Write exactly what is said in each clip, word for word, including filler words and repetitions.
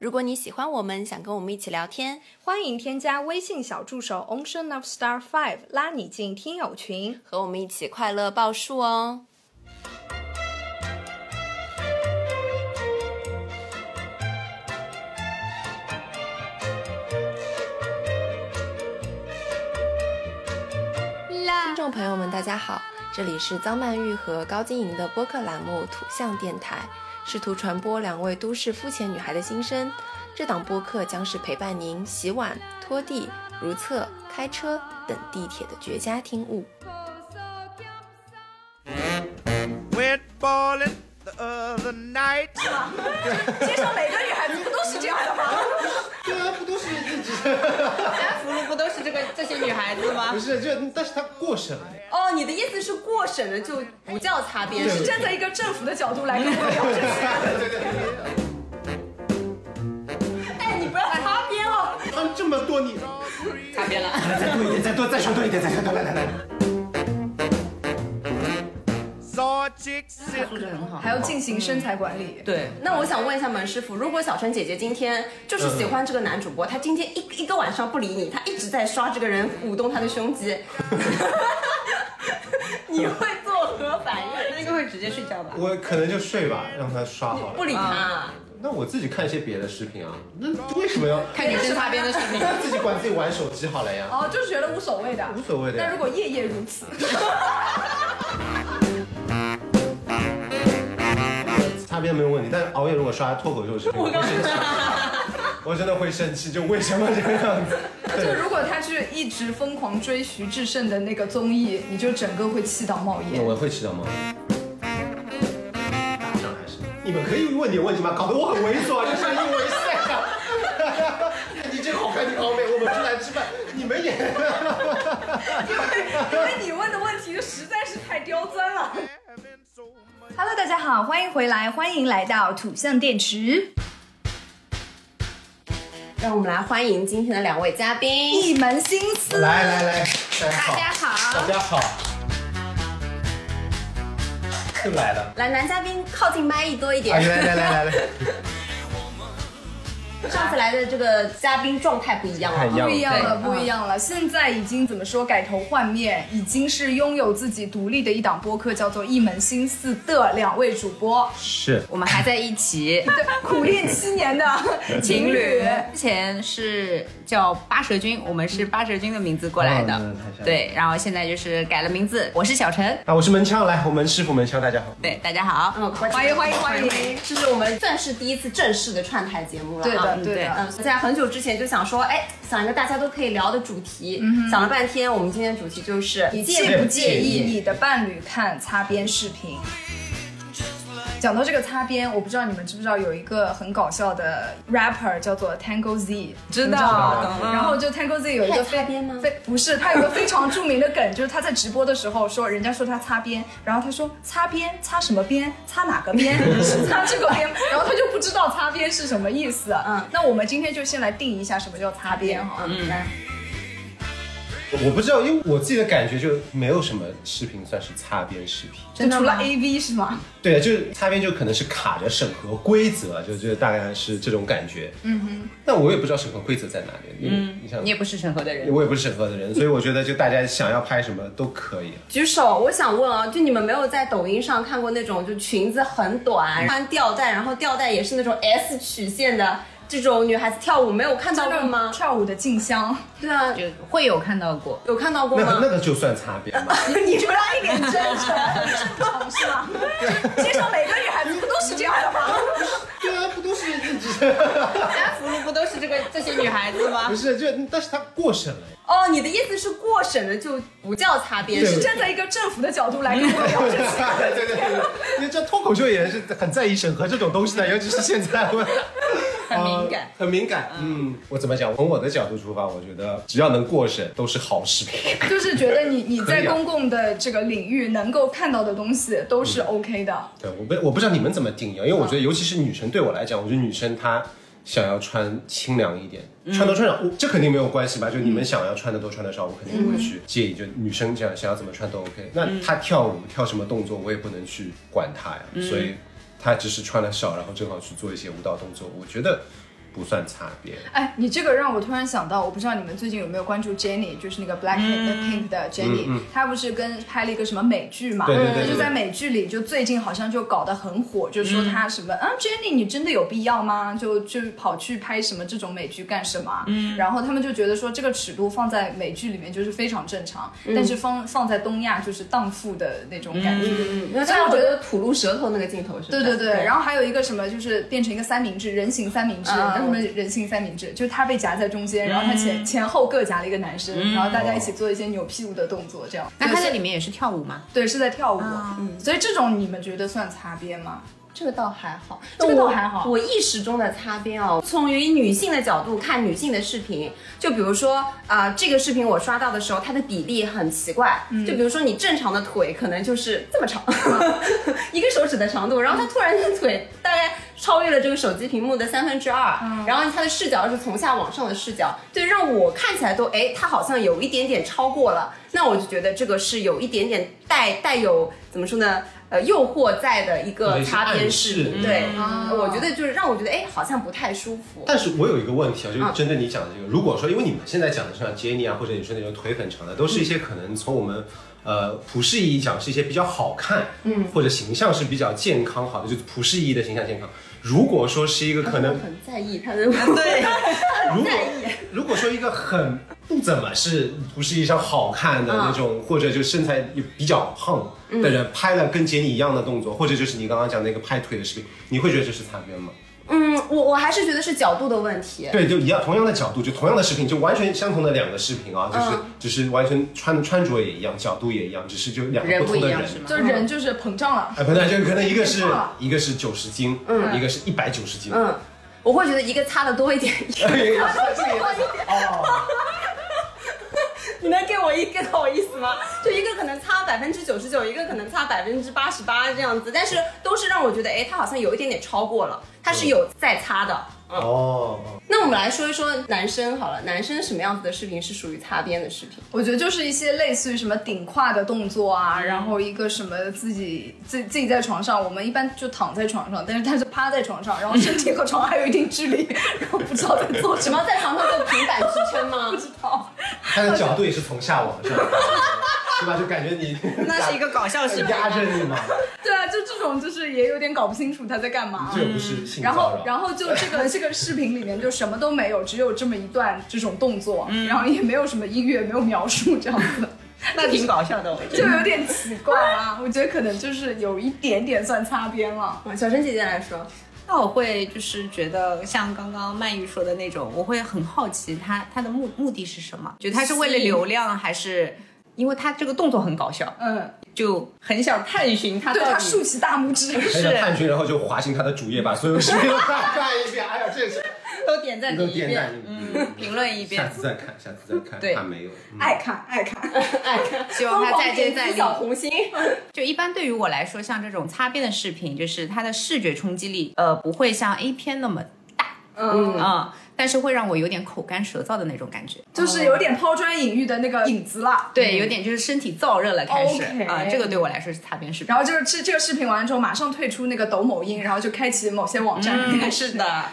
如果你喜欢我们，想跟我们一起聊天， 欢迎添加微信小助手 Ocean of Star Five， 拉你进听友群， 和我们一起快乐报数哦。听众朋友们，大家好，这里是张曼玉和高晶莹的播客栏目土象电台，试图传播两位都市肤浅女孩的心声。这档播客将是陪伴您洗碗、拖地、如厕、开车等地铁的绝佳听物。 街上每个女孩子不都是这样的吗？ 对啊，不都是一直安福路不都是这个这些女孩子吗？ 不是，就但是她过审了。 哦，你的意思是过审了就不叫擦边？ 是站在一个政府的角度来跟我聊这些。 对对对。 哎，你不要擦边哦！ 他这么多你擦边了。 再多一点，再多，再说多一点，再说多，来来来。 素质很好， 还要进行身材管理。 嗯、对，那我想问一下门师傅，如果小陈姐姐今天就是喜欢这个男主播，她、嗯、今天一一个晚上不理你，她一直在刷这个人，舞动他的胸肌，你会作何反应？应该会直接睡觉吧？ 我可能就睡吧，让他刷好了， 不理他。啊那我自己看一些别的视频啊，那为什么要看女生擦边的视频？ 自己管自己玩手机好了呀。 哦，就是觉得无所谓的， 无所谓的。 但如果夜夜如此， 擦边没有问题，但熬夜如果刷脱口秀视频，我会生气，我真的会生气，就为什么这个样子？ 就如果他去一直疯狂追徐志胜的那个综艺，你就整个会气到冒烟。 我会气到冒烟。你们可以问点问题吗？搞得我很猥琐，就是因为晒啊！你真好看，你好美，我们出来吃饭，你们也…… 因为因为你问的问题实在是太刁钻了。Hello， 大家好，欢迎回来，欢迎来到土象电池。 让我们来欢迎今天的两位嘉宾， 一门心思。 来来来， 大家好， 大家好。又来了， 来男嘉宾靠近麦一多一点。 哎、来来来来来。 上次来的这个嘉宾状态不一样了， 不一样了，不一样了。现在已经怎么说改头换面，已经是拥有自己独立的一档播客，叫做一门心思的两位主播。 是我们还在一起， 对，苦练七年的情侣。 之前是叫八蛇君，我们是八蛇君的名字过来的，哦、对。然后现在就是改了名字，我是小陈， 啊，我是门枪，来，我们师傅门枪，大家好。 对，大家好， 嗯，欢迎欢迎欢迎， 这是我们算是第一次正式的串台节目了， 对的。对的， 嗯，在很久之前就想说，哎，想一个大家都可以聊的主题，嗯、想了半天，我们今天的主题就是你介不介意你的伴侣看擦边视频？讲到这个擦边，我不知道你们知不知道有一个很搞笑的 rapper 叫做 Tango Z， 知道。 然后就 Tango Z 有一个擦边吗？ 非不是，他有一个非常著名的梗，就是他在直播的时候说，人家说他擦边，然后他说擦边，擦什么边？擦哪个边？是擦这个边，然后他就不知道擦边是什么意思。嗯，那我们今天就先来定一下什么叫擦边哈。嗯，来。 我不知道，因为我自己的感觉就没有什么视频算是擦边视频， 就除了 A V 是吗？ 对，就是擦边就可能是卡着审核规则，就就大概是这种感觉。嗯哼，但我也不知道审核规则在哪里。 嗯，你像你也不是审核的人， 我也不是审核的人，所以我觉得就大家想要拍什么都可以。 举手，我想问啊，就你们没有在抖音上看过那种就裙子很短，穿吊带，然后吊带也是那种 S 曲线的？这种女孩子跳舞没有看到过吗？ 跳舞的静香， 对啊， 就会有看到过， 有看到过吗？ 那个那个就算擦边吧。 你们俩一脸真诚，正常是吗？街上每个女孩子不都是这样的吗？ 对啊，不都是一直。 安福路不都是这个这些女孩子吗？ 不是，就但是她过审了。 哦，你的意思是过审了就不叫擦边？ 是站在一个政府的角度来跟我聊这些。 对对对，因为这脱口秀演员是很在意审核这种东西的，尤其是现在。 很敏感、 呃，很敏感。嗯，我怎么讲？从我的角度出发，我觉得只要能过审，都是好视频。 就是觉得你你在公共的这个领域能够看到的东西都是 OK 的。 嗯、对，我不我不知道你们怎么定义，因为我觉得尤其是女生，对我来讲，我觉得女生她想要穿清凉一点，嗯、穿多穿少，这肯定没有关系吧？就你们想要穿的多穿的少，我肯定不会去介意。就女生这样想要怎么穿都 OK。那她跳舞跳什么动作，我也不能去管她呀，嗯、所以。他只是穿的少，然后正好去做一些舞蹈动作，我觉得不算擦边。 哎，你这个让我突然想到，我不知道你们最近有没有关注 Jennie， 就是那个 Blackpink 的 Jennie，、嗯嗯、她不是跟拍了一个什么美剧嘛？ 对对 对, 对, 对， 就在美剧里，就最近好像就搞得很火，就说她什么、嗯、啊 Jennie 你真的有必要吗？就就跑去拍什么这种美剧干什么？嗯，然后他们就觉得说这个尺度放在美剧里面就是非常正常，嗯、但是放放在东亚就是荡妇的那种感觉。 嗯嗯，所以我觉得吐露舌头那个镜头是。 对对对，然后还有一个什么就是变成一个三明治，人形三明治，那、嗯、什么人形三明治，就是他被夹在中间，然后他前、嗯、前后各夹了一个男生、嗯，然后大家一起做一些扭屁股的动作，这样。 那他在里面也是跳舞吗？ 对，是在跳舞。 啊、 嗯，所以这种你们觉得算擦边吗？ 这个倒还好， 这个倒还好。 我, 我意识中的擦边哦，从于女性的角度看女性的视频，就比如说啊、呃，这个视频我刷到的时候，它的比例很奇怪。嗯、就比如说你正常的腿可能就是这么长，嗯、一个手指的长度，然后它突然间腿大概超越了这个手机屏幕的三分之二，嗯、然后它的视角是从下往上的视角，对，让我看起来都哎，它好像有一点点超过了。那我就觉得这个是有一点点带带有怎么说呢？呃，诱惑在的一个擦边视频，对、嗯，我觉得就是让我觉得，哎，好像不太舒服。 但是我有一个问题啊，就是针对你讲的这个，嗯、如果说，因为你们现在讲的像 Jennie 啊，或者你说那种腿很长的，都是一些可能从我们、嗯、呃普世意义讲是一些比较好看，嗯，或者形象是比较健康好的，就是普世意义的形象健康。如果说是一个可能很在意他的对， 如果如果说一个很不怎么是不是一上好看的那种，嗯、或者就身材比较胖的人、嗯、拍了跟Jennie一样的动作，或者就是你刚刚讲那个拍腿的视频，你会觉得这是擦边吗？ 嗯，我我还是觉得是角度的问题。 对，就一样，同样的角度，就同样的视频，就完全相同的两个视频啊，就是、嗯、只是完全穿穿着也一样，角度也一样，只是就两个不同的人， 人不一样是吗？ 就人就是膨胀了。 哎，不对，就可能一个是一个是九十斤，嗯，一个是一百九十斤， 嗯，我会觉得一个擦的多一点，一个擦的多一点。哦。你能给我一 get 到我意思吗？就一个可能差百分之九十九，一个可能差百分之八十八这样子，但是都是让我觉得，哎，他好像有一点点超过了，他是有在擦的。嗯、哦。那我们来说一说男生好了，男生什么样子的视频是属于擦边的视频？ 我觉得就是一些类似于什么顶胯的动作啊，嗯、然后一个什么自己自自己在床上，我们一般就躺在床上，但是他是趴在床上，然后身体和床还有一定距离，然后不知道在做什么， 在床上做平板支撑吗？ 不知道。 他的角度也是从下往上，对吧？就感觉你那是一个搞笑视频， 压着你嘛。 对啊，就这种就是也有点搞不清楚他在干嘛。 这不是性骚扰。 然后，然后就这个这个视频里面就什么都没有，只有这么一段这种动作，嗯、然后也没有什么音乐，没有描述这样子。 那挺搞笑的，我觉得就有点奇怪啊。我觉得可能就是有一点点算擦边了。 小陈姐姐来说。 那我会就是觉得像刚刚曼玉说的那种，我会很好奇他他的目目的是什么？就他是为了流量，还是因为他这个动作很搞笑？嗯，就很想探寻他到底。 对，他竖起大拇指， 很想探寻，然后就滑进他的主页，把所有视频都看一遍。哎呀，这是都点赞一遍， 嗯，评论一遍， 下次再看，下次再看。 对， 他没有， 嗯、爱看爱看爱看， 希望他再接再厉。 小红心。 就一般对于我来说，像这种擦边的视频，就是它的视觉冲击力，呃，不会像 A 片那么大，嗯啊、嗯，但是会让我有点口干舌燥的那种感觉， 就是有点抛砖引玉的那个影子了。 对，有点就是身体燥热了，开始啊、okay 呃，这个对我来说是擦边视频。 然后就是这这个视频完了之后，马上退出那个抖某音，然后就开启某些网站。 嗯，是的。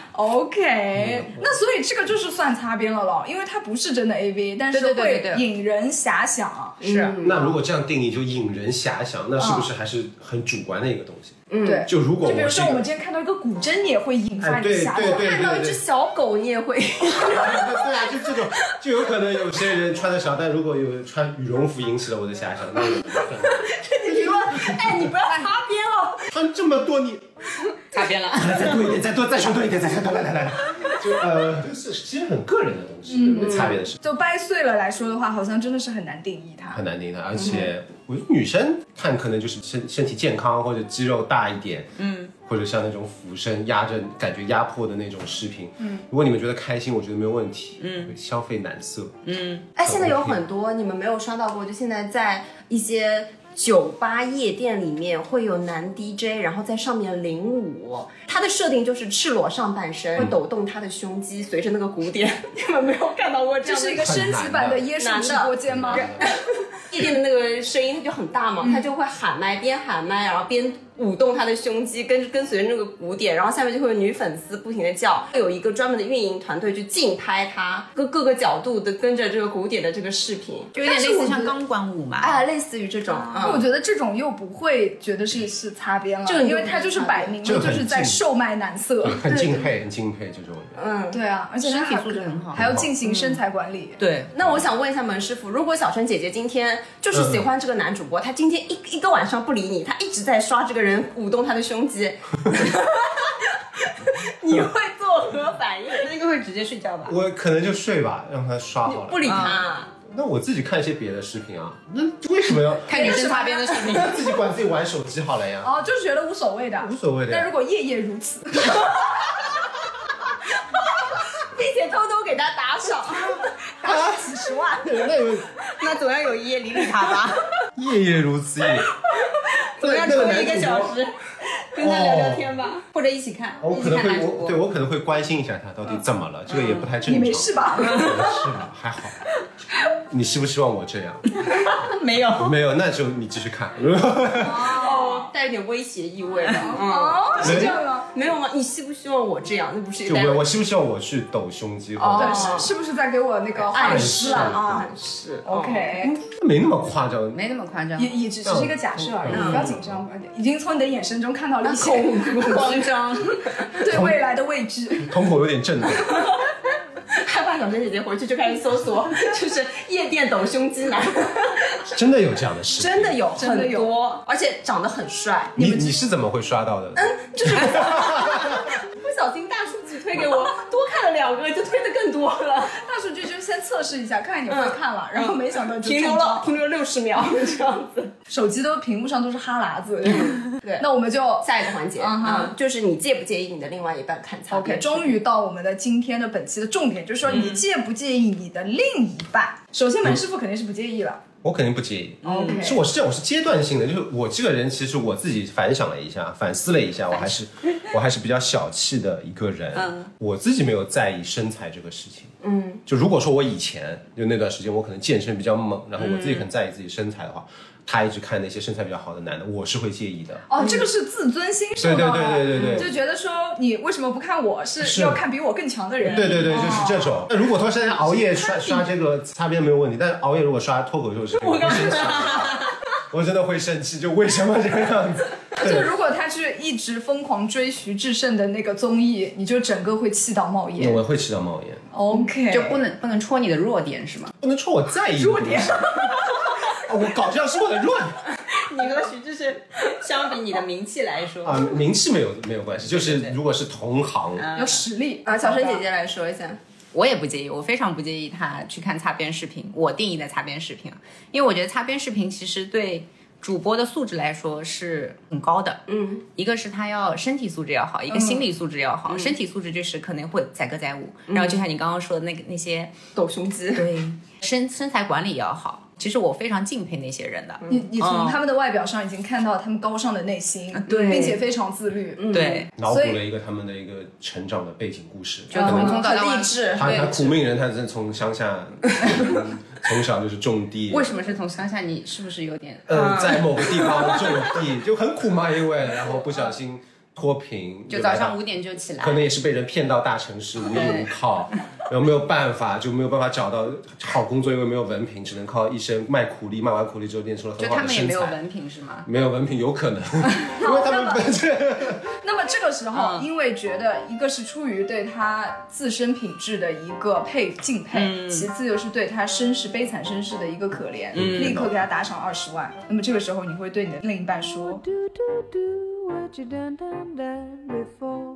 OK，、嗯、那所以这个就是算擦边了咯，因为它不是真的 A V， 但是会引人遐想。 是、 嗯。那如果这样定义就引人遐想，那是不是还是很主观的一个东西？ 嗯，对。 就如果我就比如说我们今天看到一个古筝，你也会引发你遐想； 看到一只小狗，你也会。 对啊，就这种，就有可能有些人穿的少，但如果有穿羽绒服引起了我的遐想，那有可能。 这你说，哎，你不要擦边了。 穿这么多你。 擦边了， 再多一点，再多，再说多一点，再再多，来来来，就呃，就是其实很个人的东西，对不对？擦边的事。 就掰碎了来说的话，好像真的是很难定义它， 很难定义它。而且我觉得女生看可能就是身身体健康或者肌肉大一点，嗯，或者像那种俯身压着感觉压迫的那种视频，嗯，如果你们觉得开心，我觉得没有问题，嗯，消费男色， 嗯，哎，现在有很多你们没有刷到过，就现在在一些。酒吧夜店里面会有男 D J， 然后在上面领舞，他的设定就是赤裸上半身，会抖动他的胸肌，随着那个鼓点。你们没有看到过这样的？ 这是一个升级版的耶稣直播间吗？ 夜店的那个声音它就很大嘛，他就会喊麦，边喊麦然后边舞动他的胸肌，跟跟随着那个鼓点，然后下面就会有女粉丝不停的叫，会有一个专门的运营团队去竞拍他各各个角度的跟着这个鼓点的这个视频， 就有点类似像钢管舞嘛， 哎，类似于这种。 嗯、我觉得这种又不会觉得是是擦边了， 这个因为他就是摆明了就是在售卖男色， 很敬佩，很敬佩这种人。 嗯， 对啊，而且身体素质很好， 还要进行身材管理。 嗯、对， 那我想问一下门师傅，如果小陈姐姐今天就是喜欢这个男主播，她、嗯、今天一一个晚上不理你，她一直在刷这个人，舞动他的胸肌，你会作何反应？ 那个会直接睡觉吧？ 我可能就睡吧，让他刷好了， 不理他。 嗯、那我自己看一些别的视频啊，那为什么要看女生擦边的视频？ 自己管自己玩手机好了呀。 哦，就是觉得无所谓的， 无所谓的。 但如果夜夜如此，并且偷偷给他打赏，打赏几十万， 那总要有一夜理理他吧？ 夜夜如此夜， 总要抽一个小时。跟他聊聊天吧，哦、或者一起看。 我可能会，我对我可能会关心一下他到底怎么了，嗯、这个也不太正常。 你没事吧？ 没事吧？还好。你希不希望我这样？ 没有， 没有，那就你继续看。 哦，带有点威胁意味了。 嗯，哦、是这样吗？ 没有吗？你希不希望我这样？那不是就我，我希不希望我去抖胸肌？ 哦，是是不是在给我那个暗示啊？ 暗示。 OK， 没那么夸张， 没那么夸张， 也也只是一个假设而已，不要紧张。已经从你的眼神中看到了一些慌张， 对未来的未知， 瞳孔有点震动。 害怕小陈姐姐回去就开始搜索，就是夜店抖胸肌男， 真的有这样的事？ 真的有，真的有很多，而且长得很帅。 你你是怎么会刷到的？ 嗯，就是不小心大数据推给我，多看了两个，就推的更多了。 大数据就先测试一下，看看你会看了，嗯、然后没想到就停留了，停留六十秒这样子。 手机都屏幕上都是哈喇子。 对， 那我们就下一个环节，嗯嗯，就是你介不介意你的另外一半看擦边 ？OK， 终于到我们的今天的本期的重点，就是说你介不介意你的另一半？嗯、首先，门师傅肯定是不介意了。 我肯定不介意。 OK， 是我是这样，我是阶段性的，就是我这个人其实我自己反想了一下，反思了一下，我还是我还是比较小气的一个人。嗯，我自己没有在意身材这个事情。嗯，就如果说我以前就那段时间我可能健身比较猛，然后我自己很在意自己身材的话。他一直看那些身材比较好的男的，我是会介意的。 哦，这个是自尊心受到了， 对对对对对对， 就觉得说你为什么不看我，是要看比我更强的人。 对对对，就是这种。那、哦、如果说现在熬夜刷刷这个擦边没有问题，但是熬夜如果刷脱口秀视频，我生气，我真的会生气，就为什么这个样子？ 就如果他去一直疯狂追徐志胜的那个综艺，你就整个会气到冒烟。 我会气到冒烟。 OK， 就不能不能戳你的弱点是吗？ 不能戳我在意的弱点。 我搞笑是我的弱点。 你和徐志胜相比，你的名气来说啊，名气没有没有关系，就是如果是同行， 有实力啊。小陈姐姐来说一下， 我也不介意，我非常不介意他去看擦边视频。我定义的擦边视频，因为我觉得擦边视频其实对主播的素质来说是很高的。嗯，一个是他要身体素质要好，一个心理素质要好。嗯、身体素质就是可能会载歌载舞，嗯、然后就像你刚刚说的那个那些抖胸肌， 对，身身材管理要好。其实我非常敬佩那些人的， 你你从他们的外表上已经看到他们高尚的内心，嗯、对，并且非常自律， 嗯、对， 脑补了一个他们的一个成长的背景故事， 就从从早到励志。 他他苦命人，他是从乡下，从小就是种地。 为什么是从乡下？你是不是有点？ 呃，在某个地方种地就很苦嘛，因为然后不小心脱贫， 就早上五点就起来， 可能也是被人骗到大城市，无依无靠。然后没有办法，就没有办法找到好工作，因为没有文凭，只能靠一身卖苦力，卖完苦力之后练出了很好的身材。 就他们也没有文凭是吗？ 没有文凭有可能，因为他们本身。 那么这个时候，嗯、因为觉得一个是出于对他自身品质的一个佩敬佩，嗯、其次又是对他身世悲惨身世的一个可怜，嗯、立刻给他打赏二十万。那么这个时候，你会对你的另一半说 ：“What you done done done before,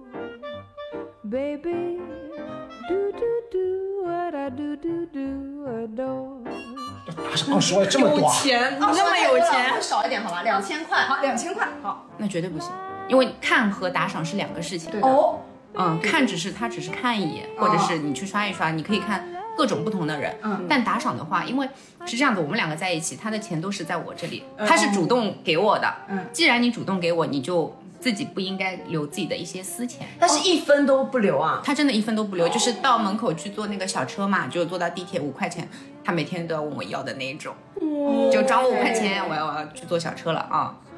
baby?” Do do do what I do do do adore。 打赏二十万这么多， 有钱，那么有钱， 少一点好吧？两千块， 好，两千块，好， 那绝对不行，因为看和打赏是两个事情。 对哦， 嗯，看只是他只是看一眼，或者是你去刷一刷，你可以看各种不同的人。嗯，但打赏的话，因为是这样子，我们两个在一起，他的钱都是在我这里，他是主动给我的。嗯，既然你主动给我，你就。自己不应该留自己的一些私钱， 但是一分都不留啊！ 他真的一分都不留，就是到门口去坐那个小车嘛，就坐到地铁五块钱，他每天都要问我要的那一种，嗯、就找我五块钱，我要我要去坐小车了啊！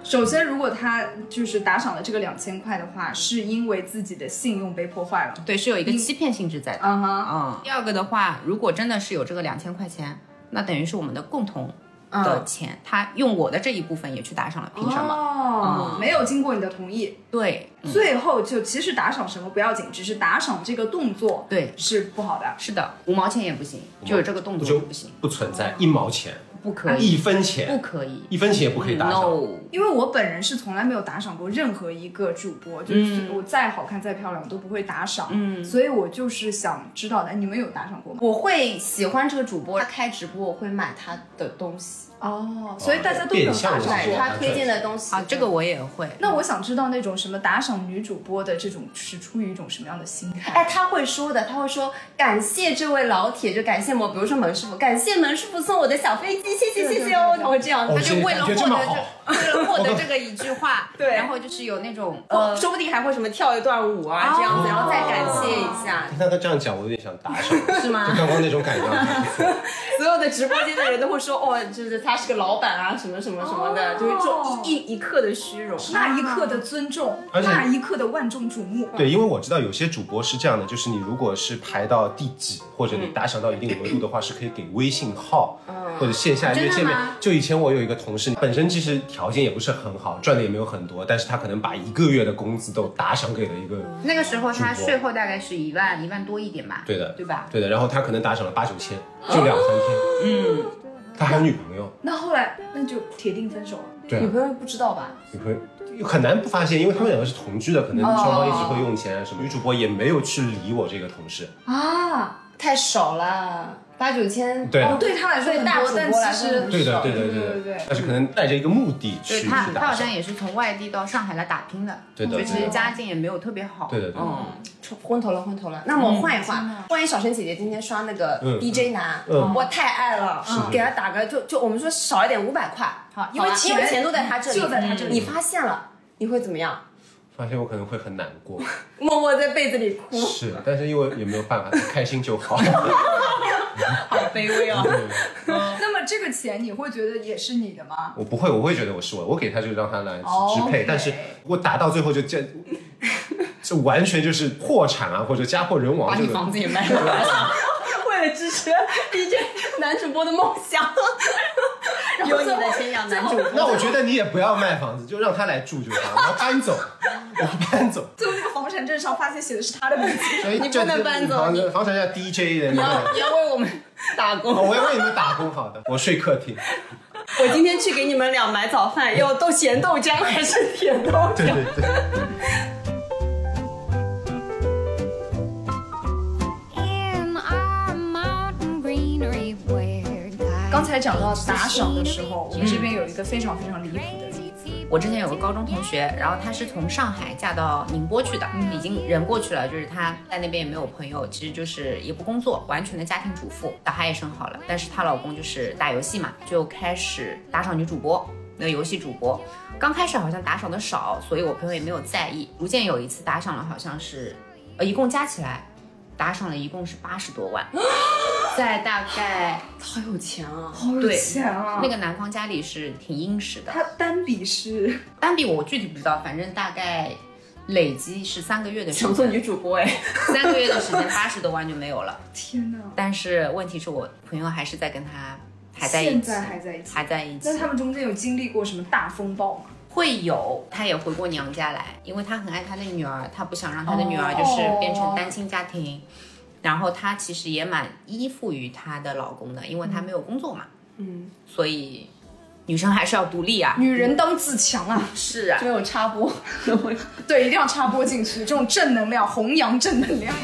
首先，如果他就是打赏了这个两千块的话，是因为自己的信用被破坏了， 对，是有一个欺骗性质在的。 嗯哼， 嗯。第二个的话，如果真的是有这个两千块钱，那等于是我们的共同的钱，嗯、他用我的这一部分也去打赏了，凭什么？ 哦、嗯，没有经过你的同意。 对， 嗯、最后就其实打赏什么不要紧，只是打赏这个动作对是不好的。 是的，五毛钱也不行，就是这个动作就不行， 不存在一毛钱。 不可以， 一分钱不可以， 一分钱也不可以打赏。 No， 因为我本人是从来没有打赏过任何一个主播，就是我再好看再漂亮我都不会打赏，嗯，所以我就是想知道的，你们有打赏过吗？ 我会喜欢这个主播，他开直播我会买他的东西。 哦，所以大家都没有打赏过他推荐的东西啊，这个我也会。 那我想知道那种什么打赏女主播的这种是出于一种什么样的心态？ 哎，他会说的，他会说感谢这位老铁，就感谢我，比如说门师傅，感谢门师傅送我的小飞机，谢谢谢谢哦，他会这样， 他就为了获得这，为了获得这个一句话， 对， 然后就是有那种呃，说不定还会什么跳一段舞啊这样子，然后再感谢一下。 听他这样讲，我有点想打赏， 是吗？ 就刚刚那种感觉还不错。 所有的直播间的人都会说，哦，就是他是个老板啊，什么什么什么的，就是这一一一刻的虚荣， 那一刻的尊重，那一刻的万众瞩目。 对，因为我知道有些主播是这样的，就是你如果是排到第几，或者你打赏到一定额度的话，是可以给微信号。或者线下约见面，就以前我有一个同事，本身其实条件也不是很好，赚的也没有很多，但是他可能把一个月的工资都打赏给了一个。 那个时候他税后大概是一万一万多一点吧。 对的， 对吧？ 对的，然后他可能打赏了八九千，就两三天。嗯，他还有女朋友。 那后来那就铁定分手了。 对、啊， 女朋友不知道吧？ 女朋友很难不发现，因为他们两个是同居的，可能双方一起会用钱啊什么。女主播也没有去理我这个同事啊， 太少了。八九千， 对哦，对他来说很多，但其实对的，对的，对的，对的，但是可能带着一个目的去去打赏。 他他好像也是从外地到上海来打拼的， 对的， 所以其实家境也没有特别好。 对的，对的， 嗯，昏头了，昏头了。那么我换一换，关于小陈姐姐今天刷那个 D J 男，我太爱了，给他打个就就我们说少一点五百块， 好，因为因为钱都在他这里， 就在他这里。 你发现了，你会怎么样？ 发现我可能会很难过， 默默在被子里哭。 是，但是因为也没有办法，开心就好。 好卑微哦。 那么这个钱你会觉得也是你的吗？ 我不会，我会觉得我是我，我给他就让他来支配， okay. 但是我打到最后就这，这完全就是破产啊，或者家破人亡， 把你房子也卖了，为了支持 D J 男主播的梦想。有你的钱养男主播。 那我觉得你也不要卖房子，就让他来住就好，我要搬走，我要搬走。 最后那个房产证上发现写的是他的名字， 你不能搬走。 房房产叫 D J 的， 你要你要为我们打工。 哦，我要为你们打工，好的，我睡客厅。 我今天去给你们俩买早饭，要豆咸豆浆还是甜豆浆？ 对对对。 刚才讲到打赏的时候，我们这边有一个非常非常离谱的例子。 我之前有个高中同学，然后她是从上海嫁到宁波去的，嗯、已经人过去了，就是她在那边也没有朋友，其实就是也不工作，完全的家庭主妇，小孩也生好了，但是她老公就是打游戏嘛，就开始打赏女主播，那个游戏主播。刚开始好像打赏的少，所以我朋友也没有在意，逐渐有一次打赏了，好像是呃一共加起来打赏了一共是八十多万。在大概好有钱啊， 好有钱啊！ 那个男方家里是挺殷实的。 他单笔是单笔我具体不知道，反正大概累积是三个月的时间。 想做女主播哎， 三个月的时间八十多万就没有了。 天哪！ 但是问题是我朋友还是在跟他还在一起， 现在还在一起， 还在一起。 那他们中间有经历过什么大风暴吗？ 会有，他也回过娘家来，因为他很爱他的女儿，他不想让他的女儿就是变成单亲家庭。哦，然后她其实也蛮依附于她的老公的，因为她没有工作嘛，嗯，所以女生还是要独立啊， 女人当自强啊， 是啊， 这边有插播， 对，一定要插播进去，这种正能量，弘扬正能量。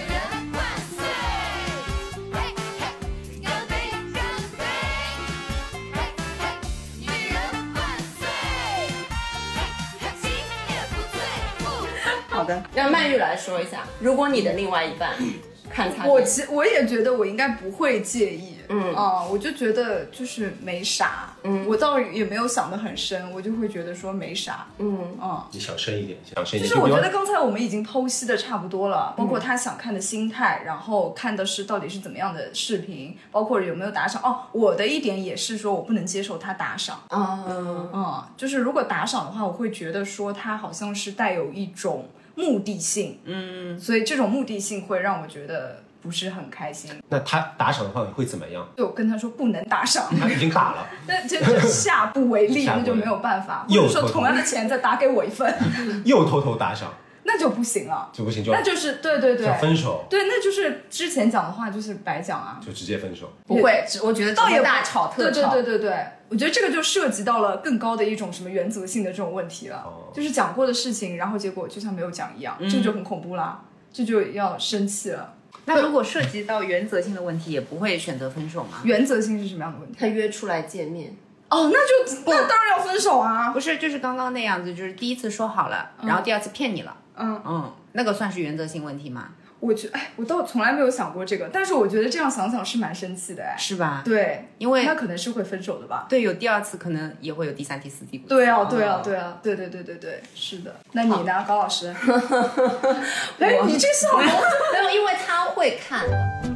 好的，让曼玉来说一下，如果你的另外一半看擦边？ 我其我也觉得我应该不会介意，嗯啊、我就觉得就是没啥，嗯，我倒也没有想得很深，我就会觉得说没啥，嗯啊。 你想深一点，想深一点。 就是我觉得刚才我们已经剖析的差不多了，包括他想看的心态，然后看的是到底是怎么样的视频，包括有没有打赏。哦，我的一点也是说我不能接受他打赏， 嗯嗯，就是如果打赏的话，我会觉得说他好像是带有一种目的性，嗯，所以这种目的性会让我觉得不是很开心。 那他打赏的话会怎么样？ 就跟他说不能打赏， 他已经打了， 那这这下不为例， 下不为例那就没有办法。或又者说同样的钱再打给我一份， 又偷偷打赏， 那就不行了， 就不行，就那就是对对对， 要分手， 对，那就是之前讲的话就是白讲啊， 就直接分手。 不会，只我觉得倒也不大吵特吵。 对对对对对，我觉得这个就涉及到了更高的一种什么原则性的这种问题了， 哦就是讲过的事情，然后结果就像没有讲一样，这个就很恐怖啦，这就要生气了。 那如果涉及到原则性的问题，也不会选择分手吗？ 原则性是什么样的问题？ 他约出来见面， 哦，那就那当然要分手啊！ 不是，就是刚刚那样子，就是第一次说好了，然后第二次骗你了， 嗯嗯，那个算是原则性问题吗？ 我觉哎，我倒从来没有想过这个，但是我觉得这样想想是蛮生气的哎。 是吧？ 对， 因为那可能是会分手的吧？ 对，有第二次，可能也会有第三、第四、第五次。 对啊，对啊，对啊，对对对对对，是的。那你呢，高老师？哎，你这笑容没有，因为他会看。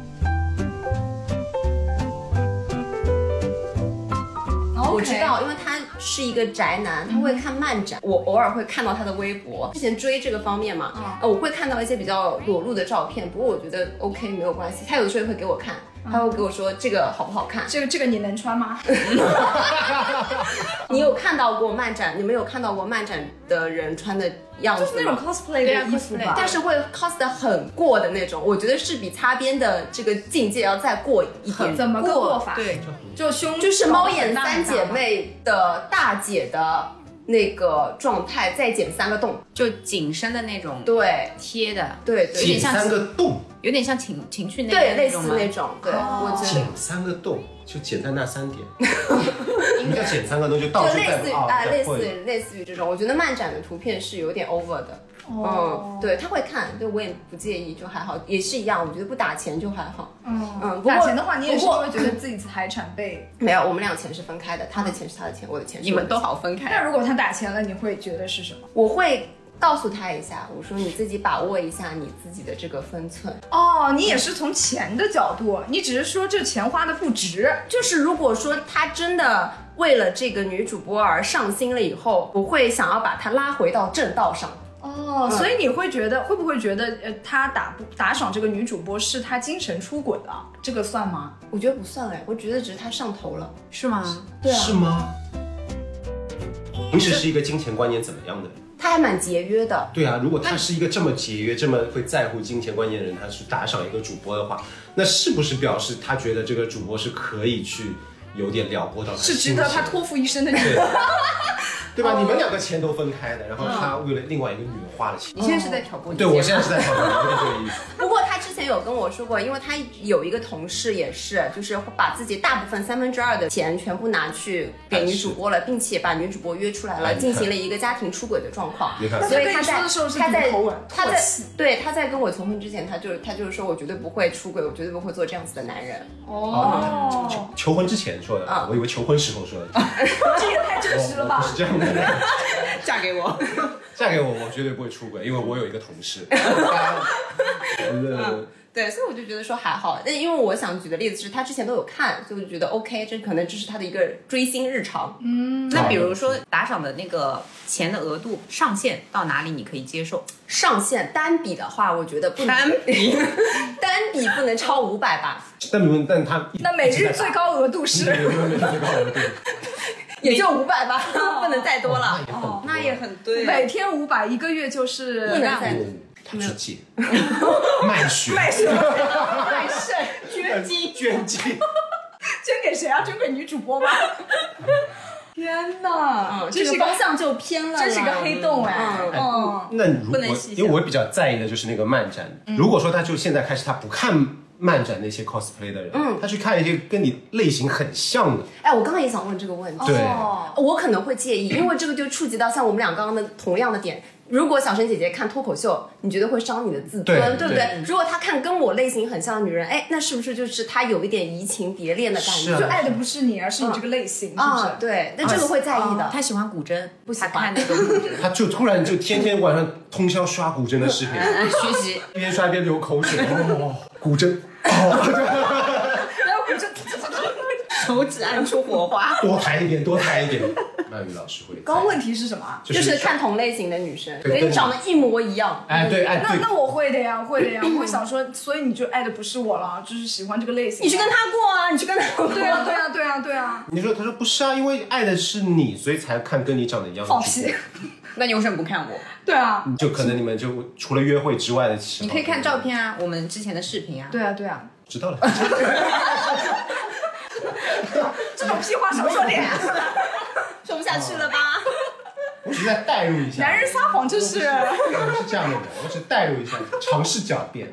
我知道，因为他是一个宅男，他会看漫展。我偶尔会看到他的微博，之前追这个方面嘛，呃，我会看到一些比较裸露的照片。不过我觉得 OK 没有关系，他有的时候会给我看，他会给我说这个好不好看。 这个这个你能穿吗？ 你有看到过漫展？你们有看到过漫展的人穿的样子吗？ 就是那种 cosplay 的衣服吧， 但是会 cos 的很过的那种，我觉得是比擦边的这个境界要再过一点。 怎么个过法？ 对， 就胸就是猫眼三姐妹的大姐的那个状态，再剪三个洞， 就紧身的那种， 对贴的， 对对， 有点像三个洞， 有点像情情趣内对，类似那种吗？ 那种，对，我觉得剪三个洞就剪在那三点。什么叫剪三个洞？就到就处在类似于啊，类似会于类似于这种，我觉得漫展的图片是有点 over 的。 哦嗯，对，他会看，对我也不介意，就还好，也是一样，我觉得不打钱就还好。 嗯嗯，不过打钱的话，你也是不过会觉得自己财产被。 没有，我们俩钱是分开的，他的钱是他的钱，我的钱是你们都我的钱。 好分开。 那如果他打钱了，你会觉得是什么？ 我会告诉他一下，我说你自己把握一下你自己的这个分寸。 哦，你也是从钱的角度，你只是说这钱花的不值。 就是如果说他真的为了这个女主播而上心了以后，我会想要把她拉回到正道上。 哦，所以你会觉得，会不会觉得，呃，他打打赏这个女主播是他精神出轨了？这个算吗？ 我觉得不算哎，我觉得只是他上头了。 是吗？ 对啊， 是吗？平时是一个金钱观念怎么样的人？ 他还蛮节约的。 对啊，如果他是一个这么节约、这么会在乎金钱观念的人，他去打赏一个主播的话，那是不是表示他觉得这个主播是可以去有点撩拨到他是心弦值得他托付一生的女人。 对吧？你们两个钱都分开的，然后他为了另外一个女人花了钱。 你现在是在挑拨离对， 间吗？ 我现在是在讨论有点这个意思。 不过他之前有跟我说过，因为他有一个同事也是，就是把自己大部分三分之二的钱全部拿去给女主播了，并且把女主播约出来了， 哎你看进行了一个家庭出轨的状况。 你看所以他在那他跟你说的时候是他在什么口吻他在唾弃对他在跟我求婚之前，他就他就是说我绝对不会出轨，我绝对不会做这样子的男人。 哦， 求求婚之前说的， 啊我以为求婚时候说的。 这也太真实了吧不！是这样的。 嫁给我。 嫁给我，我绝对不会出轨，因为我有一个同事。呃对，所以我就觉得说还好，但因为我想举的例子是他之前都有看，所以我就觉得 OK， 这可能这是他的一个追星日常。 嗯， 那比如说打赏的那个钱的额度上限到哪里你可以接受？ 上限单笔的话，我觉得不能单笔，单笔不能超五百吧， 但你们，但他那每日最高额度是每日最高额度， 也就五百吧，不能再多了。 哦， 那也很对。 每天五百，一个月就是不能再他去借卖血卖什么？ 卖肾捐精捐精。 捐给谁啊？捐给女主播吗？天哪， 嗯， 这是个这个方向就偏了啦， 这是个黑洞哎。 嗯嗯， 那如果不能细想因为我比较在意的就是那个漫展，如果说他就现在开始他不看漫展那些 cosplay 的人，嗯，他去看一些跟你类型很像的。 哎，我刚刚也想问这个问题， 对， 我可能会介意，因为这个就触及到像我们俩刚刚的同样的点。如果小沈姐姐看脱口秀，你觉得会伤你的自尊， 对, 对不对？ 对如果她看跟我类型很像的女人，哎，那是不是就是她有一点移情别恋的感觉？ 啊、 就爱的不是你，而是你这个类型，嗯、是不是？ 啊，对，那这个会在意的。 啊、他喜欢古筝， 不喜欢他看那种古筝， 他就突然就天天晚上通宵刷古筝的视频， 学习， 边刷边流口水。哦，古筝，哦， 然后古筝。 手指按出火花， 多抬一点，多抬一点。曼玉老师会。 刚问题是什么？ 就是、就是看同类型的女生， 跟你长得一模一样。 哎，对，哎， 那那我会的呀，会的呀。我会想说，所以你就爱的不是我了，就是喜欢这个类型。 你去跟他过啊，你去跟他过。 对啊，对啊，对啊，对啊。 你说，他说不是啊，因为爱的是你，所以才看跟你长得一样的。 放屁。 那你为什么不看我？ 对啊， 就可能你们就除了约会之外的， 你可以看照片啊，我们之前的视频啊。 对啊，对啊。 知道了。 这种屁话少说点， 说不下去了吧？ 我只是在代入一下。 男人撒谎就是。 我是这样的人，我只代入一下，尝试狡辩。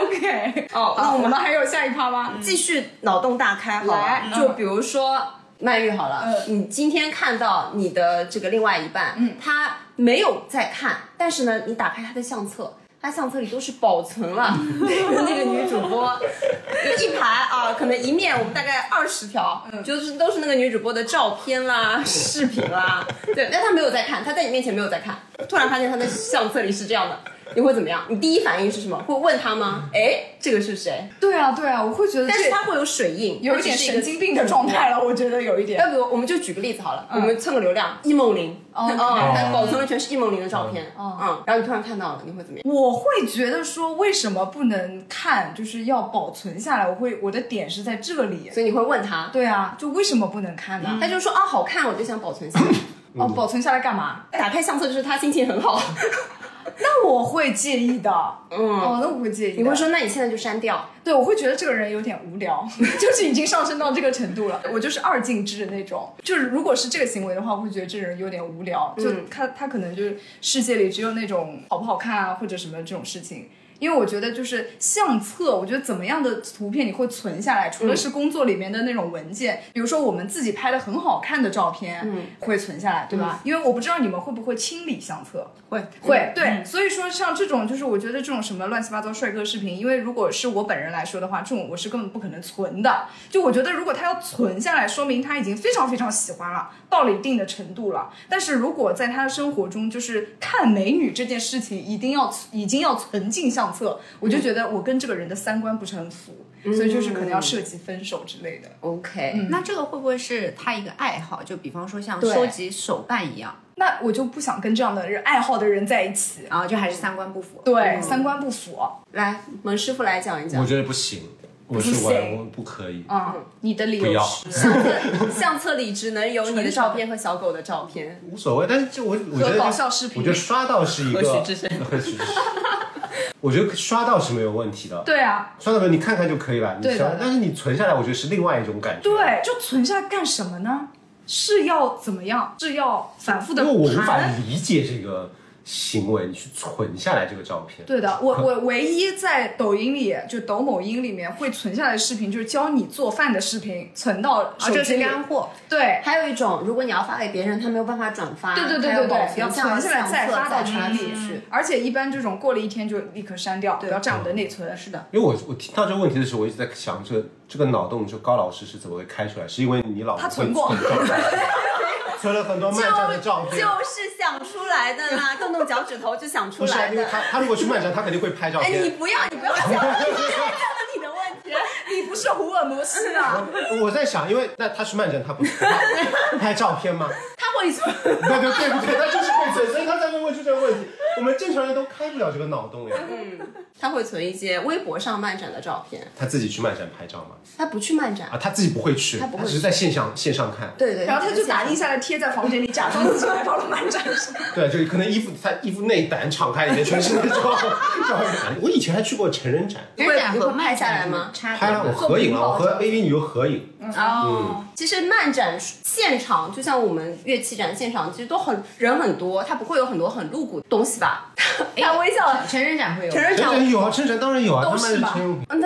OK， 哦， 那我们还有下一趴吗？ 继续脑洞大开，好了，就比如说曼玉好了，嗯，你今天看到你的这个另外一半，嗯，他没有在看，但是呢，你打开他的相册。他相册里都是保存了那个那个女主播，有一排啊，可能一面我们大概二十条，嗯，就是都是那个女主播的照片啦、视频啦，对，但他没有在看，他在你面前没有在看，突然发现他的相册里是这样的，你会怎么样？你第一反应是什么？会问他吗？哎，这个是谁？ 对啊，对啊，我会觉得， 但是他会有水印， 有一点神经病的状态了，我觉得有一点。 要不我们就举个例子好了，我们蹭个流量，易梦玲。哦，他保存了全是易梦玲的照片，嗯，然后你突然看到了，你会怎么样？ 我会觉得说，为什么不能看，就是要保存下来？我会，我的点是在这里， 所以你会问他， 对啊，就为什么不能看呢？ 他就说啊，好看，我就想保存下来。 哦，保存下来干嘛？ 打开相册就是他心情很好。 那我会介意的， 嗯， 哦，那我会介意的。 你会说，那你现在就删掉？ 对，我会觉得这个人有点无聊，就是已经上升到这个程度了。我就是二进制的那种，就是如果是这个行为的话，我会觉得这人有点无聊，就他他可能就是世界里只有那种好不好看啊，或者什么这种事情。因为我觉得就是相册，我觉得怎么样的图片你会存下来，除了是工作里面的那种文件，嗯、比如说我们自己拍的很好看的照片，嗯，会存下来，对吧？嗯、因为我不知道你们会不会清理相册， 会会、嗯、对、嗯，所以说像这种就是我觉得这种什么乱七八糟帅哥视频，因为如果是我本人来说的话，这种我是根本不可能存的。就我觉得如果他要存下来，说明他已经非常非常喜欢了，到了一定的程度了。但是如果在他的生活中，就是看美女这件事情，一定要已经要存进相册，我就觉得我跟这个人的三观不是很符，嗯、所以就是可能要涉及分手之类的。 OK，、 嗯、那这个会不会是他一个爱好？就比方说像收集手办一样。 那我就不想跟这样的人爱好的人在一起啊，就还是三观不符。 对，嗯、三观不符。 来，蒙师傅来讲一讲。 我觉得不行。我是玩，我不可以。 嗯，你的理由是相册相册里只能有你的照片和小狗的照片， 无所谓。但是就我我觉得搞笑视频， 我觉得刷到是一个何许之身， 何许之身。我觉得刷到是没有问题的。 对啊， 刷到你看看就可以了。 对的。 但是你存下来，我觉得是另外一种感觉。 对，就存下来干什么呢？是要怎么样？是要反复的？ 因为我无法理解这个行为，你去存下来这个照片。 对的，我我唯一在抖音里，就抖某音里面会存下来的视频，就是教你做饭的视频，存到手机里。啊， 这是干货。 对， 还有一种，如果你要发给别人，他没有办法转发， 对对对对对， 要存下来再发到群里。 嗯、 而且一般这种过了一天就立刻删掉，不要占我的内存。是的。 因为我我听到这个问题的时候，我一直在想，这这个脑洞，就高老师是怎么会开出来？是因为你老婆他存过。 存了很多漫展的照片， 就, 就是想出来的啦，动动脚趾头就想出来的。 不是，因为他他如果去漫展，他肯定会拍照片。 哎，你不要，你不要讲，这是你的问题， 你不是胡尔摩斯啊。 我, 我在想，因为那他去漫展，他不不拍照片吗？ 他会存， 对对对不对？他就是会存，所以他才会问出这个问题。我们正常人都开不了这个脑洞呀。 嗯，他会存一些微博上漫展的照片。 他自己去漫展拍照吗？ 他不去漫展啊，他自己不会去， 他不会去， 他只是在线上线上看。 对对， 然后他就打印下来贴在房间里，假装自己来到了漫展上。 对，就可能衣服他衣服内胆敞开里面全是那种照片。我以前还去过成人展， 成人展会拍下来吗？ 拍了，我合影了，我和 A V 女优合影。 哦，其实漫展现场就像我们乐器展现场，其实都很人很多，它不会有很多很露骨的东西吧？他微笑了。 成人展会有， 成人展有啊，成人展当然有啊， 都是吧？ 嗯，那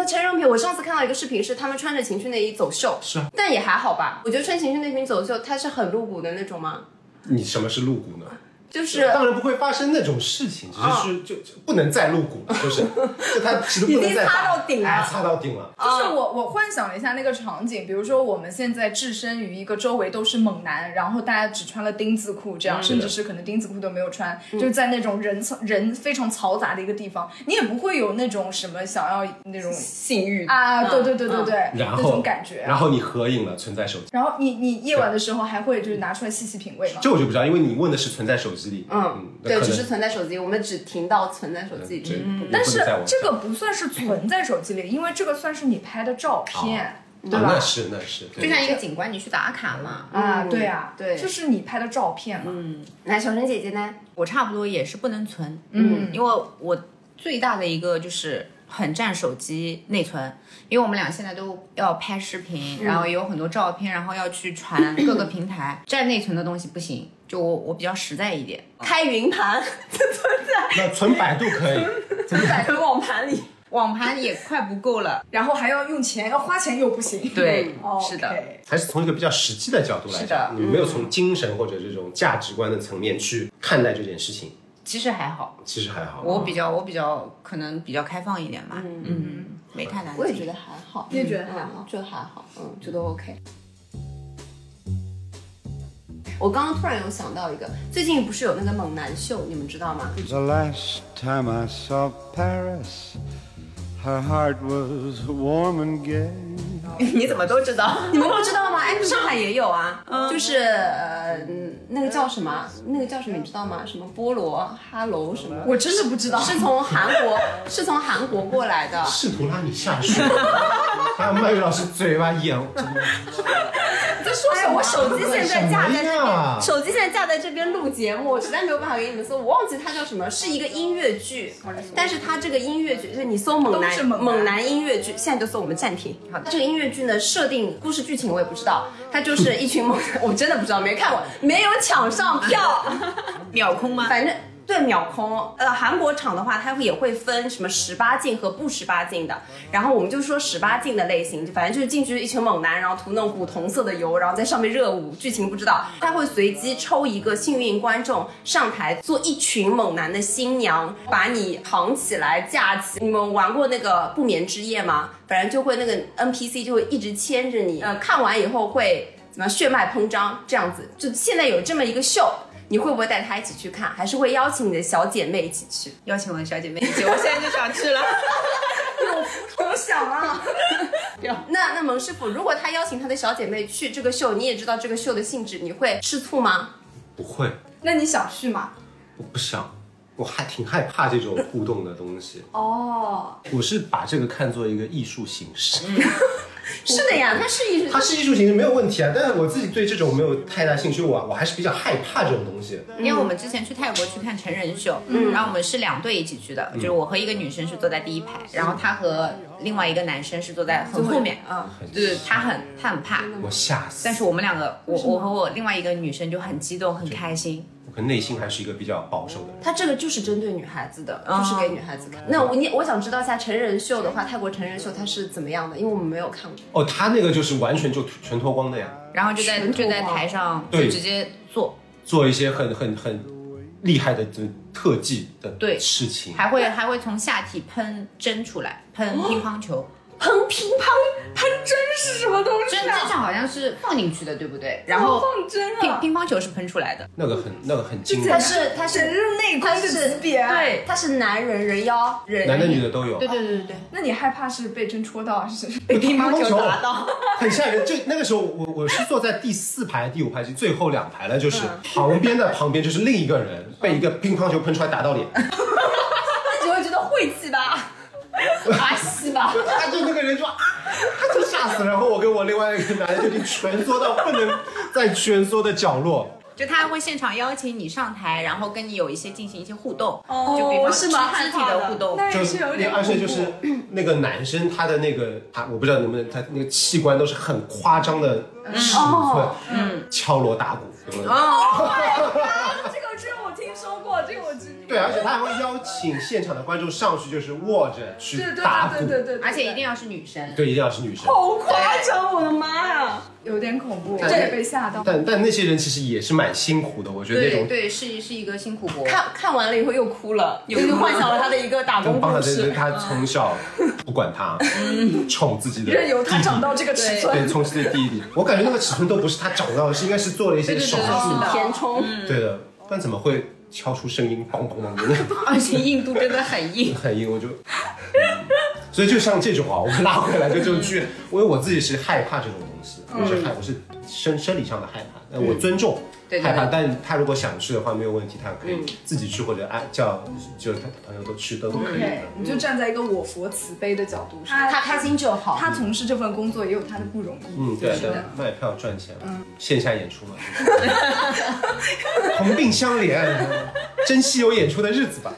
那成人用品，我上次看到一个视频是他们穿着情趣内衣走秀， 是啊， 但也还好吧。我觉得穿情趣内衣走秀，它是很露骨的那种吗？ 你什么是露骨呢？ 就是当然不会发生那种事情，只是是就就不能再露骨，就是就它其实不能再已经擦到顶了， 哎，擦到顶了。 就是我我幻想了一下那个场景，比如说我们现在置身于一个周围都是猛男，然后大家只穿了丁字裤，这样、嗯、甚至是可能丁字裤都没有穿，嗯、就是在那种人人非常嘈杂的一个地方，你也不会有那种什么想要那种性欲啊，嗯、对对对对对， 嗯、然后那种感觉、啊。 然后你合影了，存在手机。 然后你你夜晚的时候还会就是拿出来细细品味吗？ 这我就不知道，因为你问的是存在手机里。 嗯。嗯对，只是存在手机，我们只听到存在手机里。 嗯，但是这个不算是存在手机里，因为这个算是你拍的照片， 哦、 对吧？ 那是那是， 就像一个景观，你去打卡嘛。 啊，对啊， 对， 这是你拍的照片嘛。 嗯，来，小陈姐姐呢？ 我差不多也是不能存， 嗯， 因为我最大的一个就是很占手机内存，因为我们俩现在都要拍视频，嗯、然后也有很多照片，然后要去传各个平台，占内存的东西不行。就我我比较实在一点， 开云盘存在， 那存百度可以， 存百度网盘里， 网盘也快不够了， 然后还要用钱，要花钱又不行。 对， 嗯、 是的， okay 还是从一个比较实际的角度来讲，你没有从精神或者这种价值观的层面去看待这件事情。 其实还好， 其实还好， 我比较我比较可能比较开放一点吧，嗯嗯，没太难。 我也觉得还好， 你也觉得还好， 觉得还好，嗯，觉得 OK。我刚刚突然有想到一个，最近不是有那个猛男秀，你们知道吗 The last time I saw Paris, her heart was warm and gay. 你怎么都知道？ 你们不知道吗？哎，上海也有啊，嗯、就是呃，那个叫什么？那个叫什么？你知道吗？什么菠萝哈喽什么？ 我真的不知道， 是从韩国，是从韩国过来的。 试图拉你下水，还有曼玉老师嘴巴一样。 你在说什么？我手机现在架在这边，手机现在架在这边录节目，我实在没有办法给你们搜，我忘记它叫什么，是一个音乐剧，但是它这个音乐剧就是你搜猛男猛男音乐剧，现在就搜我们暂停。好，这个音乐剧呢，设定故事剧情我也不知道，它就是一群猛男，我真的不知道，没看过，没有抢上票， 秒空吗？ 反正。对，秒空。呃，韩国场的话，它也会分什么十八禁和不十八禁的。然后我们就说十八禁的类型，反正就是进去一群猛男，然后涂那种古铜色的油，然后在上面热舞。剧情不知道，他会随机抽一个幸运观众上台做一群猛男的新娘，把你扛起来架起。你们玩过那个不眠之夜吗？反正就会那个 N P C 就会一直牵着你。呃，看完以后会怎么血脉膨胀这样子。就现在有这么一个秀。你会不会带她一起去看，还是会邀请你的小姐妹一起去？ 邀请我的小姐妹一起，我现在就想去了。 我想啊。 那那蒙师傅，如果他邀请他的小姐妹去这个秀，你也知道这个秀的性质，你会吃醋吗？ 不会。 那你想去吗？ 我不想，我还挺害怕这种互动的东西。 哦。 我是把这个看作一个艺术形式。 嗯是的呀，它是艺术， 它是艺术形式没有问题啊，但是我自己对这种没有太大兴趣，我我还是比较害怕这种东西。 因为我们之前去泰国去看成人秀，嗯，然后我们是两队一起去的，嗯、就是我和一个女生是坐在第一排，然后他和另外一个男生是坐在很后面，啊，对，他很他很怕， 我吓死。 但是我们两个，我我和我另外一个女生就很激动，很开心。 我可能内心还是一个比较保守的人。 他这个就是针对女孩子的，哦、就是给女孩子看。那我你我想知道一下成人秀的话，泰国成人秀它是怎么样的？因为我们没有看过。 哦，他那个就是完全就全脱光的呀， 然后就在就在台上就直接做做一些很很很厉害的特技的事情， 还会还会从下体喷针出来，喷乒乓球。 喷乒乓喷针是什么东西、啊？ 针针上好像是放进去的，对不对？然后放针啊， 乒乒乓球是喷出来的， 那个很那个很精彩。 它是它是内功的级别， 对，它是男人人妖，人男的女的都有。 对对对对对。 那你害怕是被针戳到，还是被乒乓球打到？ 很吓人。就那个时候，我我是坐在第四排、第五排，就最后两排了，就是旁边的旁边就是另一个人被一个乒乓球喷出来打到脸。 那你会觉得晦气吧？啊西吧， 他就那个人说啊，他就吓死了。然后我跟我另外一个男的就已经蜷缩到不能再蜷缩的角落。 就他会现场邀请你上台，然后跟你有一些进行一些互动， 哦、 就比方是蛮肢体的互动， 那也是有点而且就是那个男生他的那个他，我不知道能不能，他那个器官都是很夸张的尺寸，嗯，敲锣打鼓， 哦，这个这个我听说过，这个我知道。 对，而且他还会邀请现场的观众上去，就是握着去打鼓， 对对对对对， 而且一定要是女生。 对，一定要是女生。 好夸张，我的妈呀！ 有点恐怖，我也被吓到。 但但那些人其实也是蛮辛苦的，我觉得那种对对，是是一个辛苦活。 看看完了以后又哭了，又幻想了他的一个打工故事。 他从小不管他，宠自己的， 任由他长到这个尺寸。 对，宠自己的弟弟。我感觉那个尺寸都不是他长到的，是应该是做了一些手术填充。 对的，不然怎么会敲出声音，梆梆梆的？ 而且硬度真的很硬， 很硬，我就。所以就像这种啊，我们拉回来就这种剧，因为我自己是害怕这种东西，我是害，我是生生理上的害怕，但我尊重害怕，但他如果想去的话没有问题，他可以自己去或者按叫就是他朋友都去都可以的。 你就站在一个我佛慈悲的角度上， 他开心就好。 他从事这份工作也有他的不容易。 嗯，对对，卖票赚钱，线下演出嘛，同病相怜，珍惜有演出的日子吧。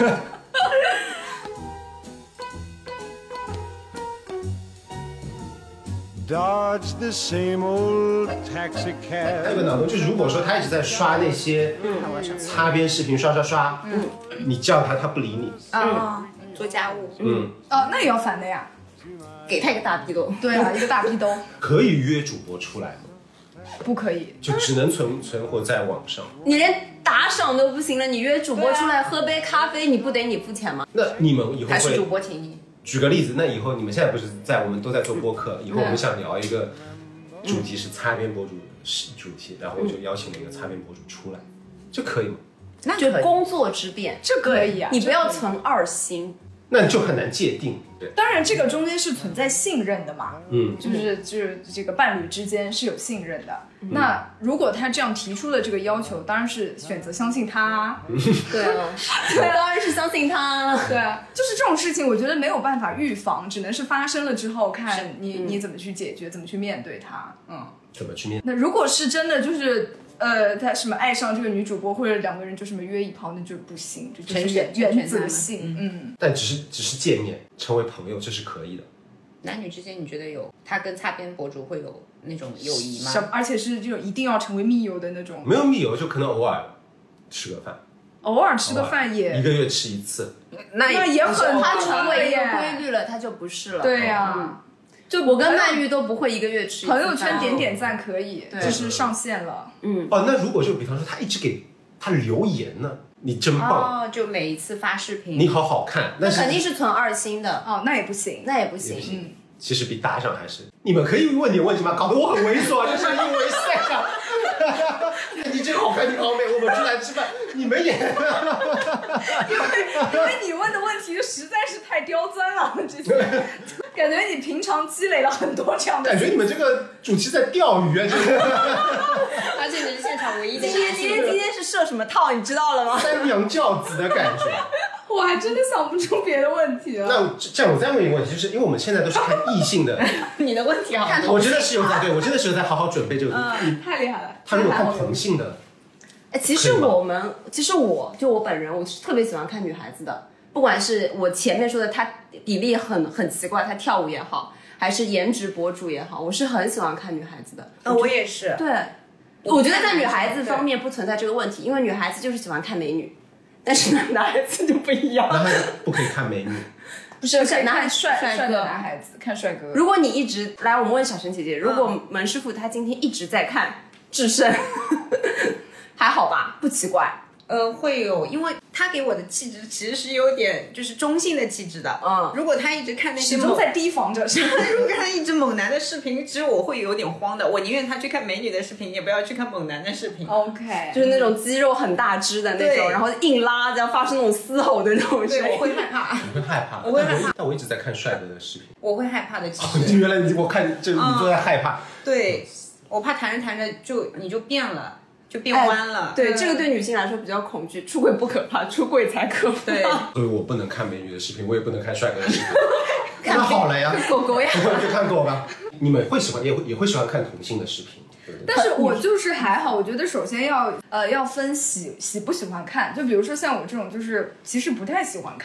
Dodge the same old taxi 还有个 cab。 脑洞就是，如果说他一直在刷那些擦边视频，刷刷刷，嗯，你叫他，他不理你， 啊，做家务， 嗯， 哦，那也要烦的呀。 给他一个大屁兜。 对啊，一个大屁兜。 可以约主播出来吗？ 不可以， 就只能存存活在网上。 你连打赏都不行了，你约主播出来喝杯咖啡，你不得你付钱吗？ 那你们以后还是主会？ 播请你？ 举个例子，那以后你们现在不是在我们都在做播客，以后我们想聊一个主题是擦边博主主题，然后我就邀请了一个擦边博主出来，这可以吗？ 那就工作之便， 这可以啊。 你不要存二心。 那就很难界定，对。 当然，这个中间是存在信任的嘛， 嗯， 就是就是这个伴侣之间是有信任的。嗯、那如果他这样提出了这个要求，当然是选择相信他。 对啊，对啊，当然是相信他。 对啊，就是这种事情，我觉得没有办法预防，只能是发生了之后看你、嗯、你怎么去解决，怎么去面对它。嗯， 怎么去面？ 那如果是真的就是。呃，他什么爱上这个女主播，或者两个人就什么约一炮，那就不行，这就是原原则性。嗯， 但只是只是见面，成为朋友，这是可以的。 男女之间，你觉得有他跟擦边博主会有那种友谊吗？ 而且是这种一定要成为密友的那种？ 没有密友，就可能偶尔吃个饭， 偶尔吃个饭也一个月吃一次， 那也很他成为一个规律了，他就不是了。 对呀、啊。嗯就我跟曼玉都不会一个月吃一次朋友圈点点赞可以，就是上线了。 嗯， 哦，那如果就比方说他一直给他留言呢，你真棒。 哦，就每一次发视频， 你好好看， 那肯定是存二星的。 哦，那也不行， 那也不行。 嗯， 其实比打赏还是。你们可以问点问题吗？搞得我很猥琐，就是因为赛上。你真好看，你好美，我们出来吃饭，你们也。因为因为你问的问题实在是太刁钻了，这些感觉你平常积累了很多这样的。 感觉你们这个主题在钓鱼啊，这个。 而且你是现场唯一的。今天今天今天是设什么套，你知道了吗？ 三娘教子的感觉。 我还真的想不出别的问题了。 那这样我再问一个问题，就是因为我们现在都是看异性的。 你的问题好。 我真的是有在对我真的是有在好好准备这个。 嗯，太厉害了。 他如果看同性的。 哎，其实我们，其实我就我本人，我是特别喜欢看女孩子的，不管是我前面说的她比例很很奇怪，她跳舞也好，还是颜值博主也好，我是很喜欢看女孩子的。 呃，我也是。 对，我觉得在女孩子方面不存在这个问题，因为女孩子就是喜欢看美女，但是男孩子就不一样。 男孩子不可以看美女。 不是，是男孩子帅帅的男孩子看帅哥。 如果你一直来，我们问小陈姐姐，如果门师傅他今天一直在看智胜。还好吧，不奇怪。 呃，会有，因为他给我的气质其实是有点就是中性的气质的。 嗯， 如果他一直看那些始终在提防着，是吧？ 如果看一直猛男的视频，其实我会有点慌的。我宁愿他去看美女的视频，也不要去看猛男的视频。 OK， 就是那种肌肉很大只的那种，然后硬拉，然后发出那种嘶吼的那种声音。 对，我会害怕。 你会害怕？ 我会害怕。 但我一直在看帅哥的视频。 我会害怕的。其实、哦、原来你我看就你都在害怕。 嗯、对，我怕谈着谈着就你就变了。就变弯了、 哎，对、嗯，这个对女性来说比较恐惧。出轨不可怕，出轨才可怕。 对， 所以我不能看美女的视频，我也不能看帅哥的视频。那好了呀， 狗狗呀， 就看狗吧。你们会喜欢，也会也会喜欢看同性的视频，对不对？ 但是我就是还好，我觉得首先要呃要分喜喜不喜欢看。就比如说像我这种，就是其实不太喜欢看。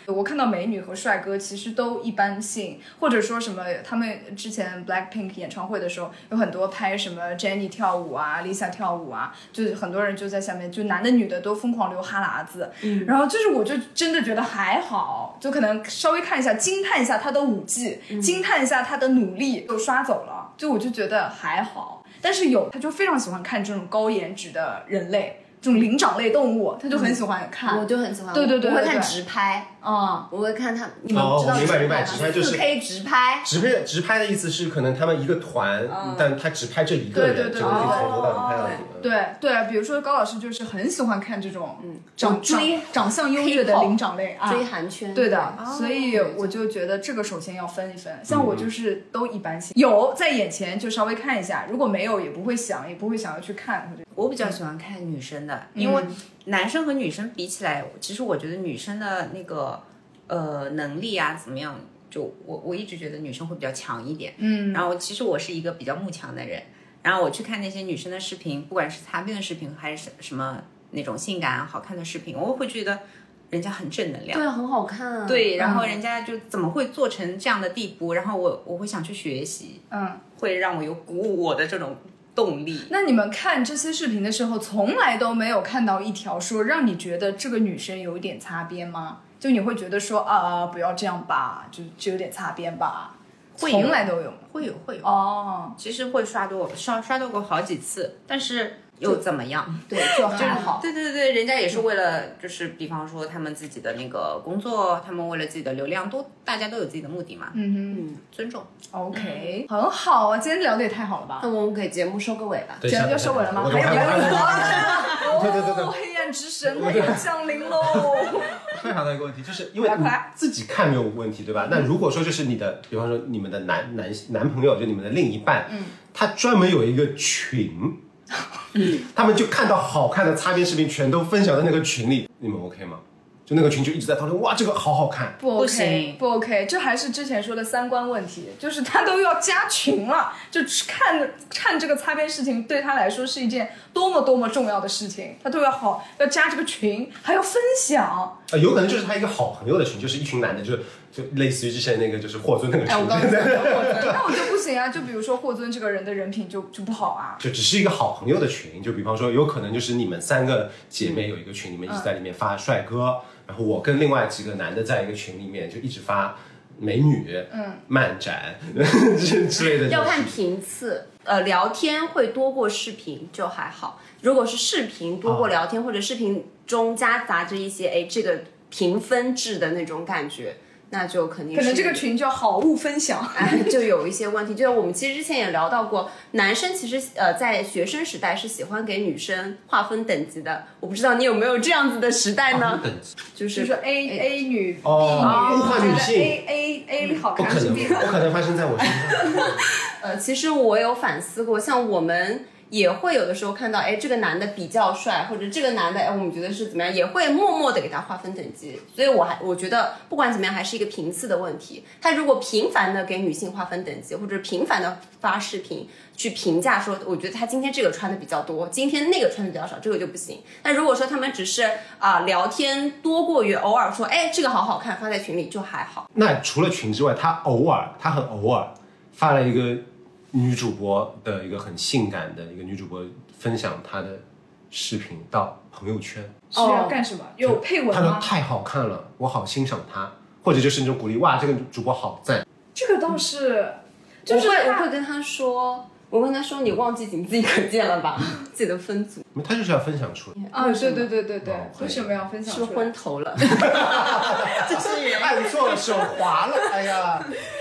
我看到美女和帅哥其实都一般性，或者说什么他们之前 Blackpink 演唱会的时候有很多拍什么 Jennie 跳舞啊 Lisa 跳舞啊，就是很多人就在下面就男的女的都疯狂流哈喇子、嗯、然后就是我就真的觉得还好，就可能稍微看一下惊叹一下他的舞技、嗯、惊叹一下他的努力就刷走了，就我就觉得还好。但是有他就非常喜欢看这种高颜值的人类，这种灵长类动物他就很喜欢看、 嗯、我就很喜欢， 对对 对, 对, 对， 我会看直拍，嗯，我会看他，你们知道、 哦、明白明白，直拍就是四 K 直拍， 直拍直拍的意思是可能他们一个团、嗯、但他只拍这一个人， 对对对， 就可以从头到尾拍到底、 哦、对对，比如说高老师就是很喜欢看这种嗯长追长相优越的灵长类、 啊、追韩圈， 对的、哦、所以我就觉得这个首先要分一分，像我就是都一般性、嗯、有在眼前就稍微看一下，如果没有也不会想也不会想要去看。 我比较喜欢看女生的、嗯、因为男生和女生比起来，其实我觉得女生的那个呃能力啊怎么样，就我我一直觉得女生会比较强一点。嗯，然后其实我是一个比较慕强的人，然后我去看那些女生的视频，不管是擦边的视频还是什么那种性感好看的视频，我会觉得人家很正能量， 对，很好看啊。 对，然后人家就怎么会做成这样的地步，然后我我会想去学习，嗯，会让我有鼓舞我的这种动力。 那你们看这些视频的时候，从来都没有看到一条说让你觉得这个女生有一点擦边吗？就你会觉得说啊，不要这样吧，就就有点擦边吧？从来都有， 会有会有哦。 其实会刷多刷刷到过好几次，但是又怎么样？ 对，就还好。 对对对，人家也是为了，就是比方说他们自己的那个工作，他们为了自己的流量，都大家都有自己的目的嘛。 嗯哼， 尊重。 OK， 很好啊，今天聊的也太好了吧？ 那我们给节目收个尾吧。 节目要收尾了吗？还有还有对对对对，黑暗之神它要降临喽。 非常的一个问题，就是因为你自己看没有问题，对吧？那如果说就是你的，比方说你们的男男男朋友，就你们的另一半，嗯，他专门有一个群。嗯，他们就看到好看的擦边视频全都分享在那个群里，你们 OK 吗？就那个群就一直在讨论，哇，这个好好看。 不 OK， 不 OK， 这还是之前说的三观问题，就是他都要加群了，就看看这个擦边事情对他来说是一件多么多么重要的事情，他都要好要加这个群，还要分享。 呃，有可能就是他一个好朋友的群，就是一群男的，就是就类似于之前那个就是霍尊那个群。 哎，我刚才讲的霍尊，那我就不行啊。就比如说霍尊这个人的人品就就不好啊。 就只是一个好朋友的群，就比方说有可能就是你们三个姐妹有一个群，你们一直在里面发帅哥。嗯，然后我跟另外几个男的在一个群里面就一直发美女、嗯、漫展之类的。 要看频次，呃，聊天会多过视频就还好。如果是视频多过聊天，哦、或者视频中夹杂着一些哎这个评分制的那种感觉，那就肯定是可能这个群叫好物分享， 哎，就有一些问题。就是我们其实之前也聊到过，男生其实呃在学生时代是喜欢给女生划分等级的。我不知道你有没有这样子的时代呢？就是就是 A A 女哦，物化女性 ，A A A 好看， 不可能，不可能发生在我身上。 呃，其实我有反思过，像我们。也会有的时候看到，哎，这个男的比较帅，或者这个男的，哎，我们觉得是怎么样，也会默默的给他划分等级。所以我还我觉得不管怎么样，还是一个频次的问题。他如果频繁的给女性划分等级，或者频繁的发视频去评价说，我觉得他今天这个穿的比较多，今天那个穿的比较少，这个就不行。那如果说他们只是啊、呃、聊天多过于偶尔说，哎，这个好好看，发在群里就还好。 那除了群之外，他偶尔，他很偶尔发了一个。女主播的一个很性感的一个女主播分享她的视频到朋友圈， 是要干什么？有配文吗？ 她说太好看了，我好欣赏她，或者就是那种鼓励，哇，这个主播好赞。 这个倒是，就是我会我会跟他说，我跟他说你忘记仅自己可见了吧，自己的分组。 他就是要分享出来啊，对对对对对，为什么要分享出来？ 是不是昏头了？ 这是按错了，手滑了，哎呀。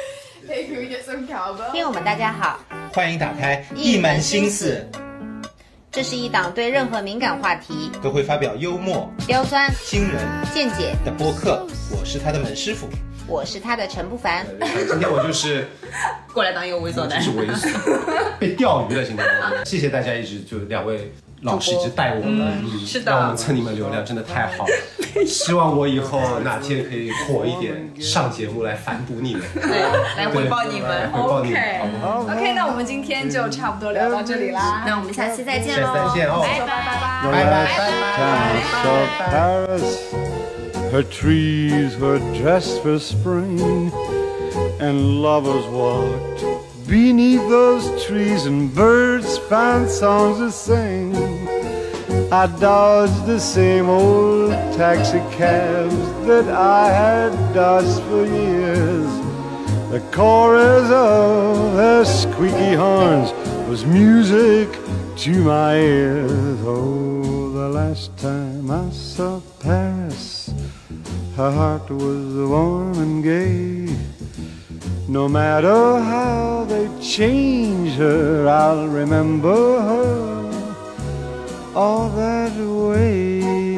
听友们大家好， 欢迎打开一门心思， 这是一档对任何敏感话题都会发表幽默、 刁钻、 惊人、 见解的播客。我是他的门师傅， 我是他的陈不凡。 今天我就是过来当一个猥琐男， 就是猥琐，被钓鱼了。今天谢谢大家一直就两位老师一直带我们， 嗯、是的， 让我们蹭你们流量，真的太好了。希望我以后哪天可以火一点，上节目来反哺你们， 对，来回报你们， 回报你们， okay. 好不好 ？OK， 那我们今天就差不多聊到这里啦。 那我们下期再见喽， 下期再见哦， 拜拜拜拜拜拜拜拜拜拜。 Her trees were dressed for spring, and lovers walked beneath those trees, and birds found songs to sing. I dodged the same old taxi cabs that I had dodged for years. The chorus of their squeaky horns was music to my ears. Oh, the last time I saw Paris, her heart was warm and gay. No matter how they change her, I'll remember her all that way.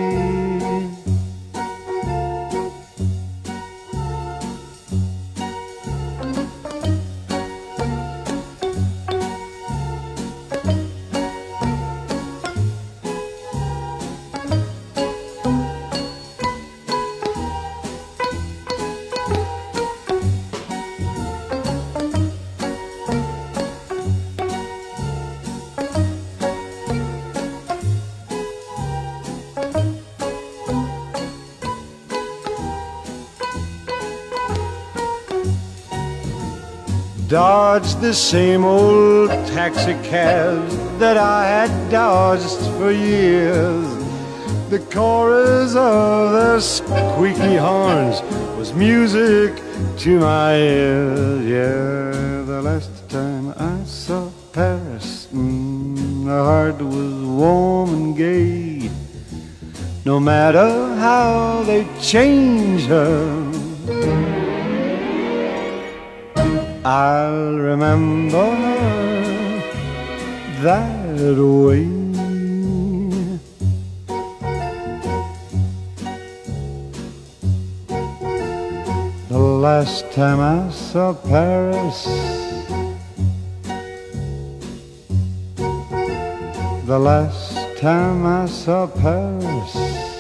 Dodged the same old taxi cabs that I had dodged for years. The chorus of their squeaky horns was music to my ears. Yeah, the last time I saw Paris, mm, the heart was warm and gay. No matter how they change her, I'll remember her that way. The last time I saw Paris, the last time I saw Paris,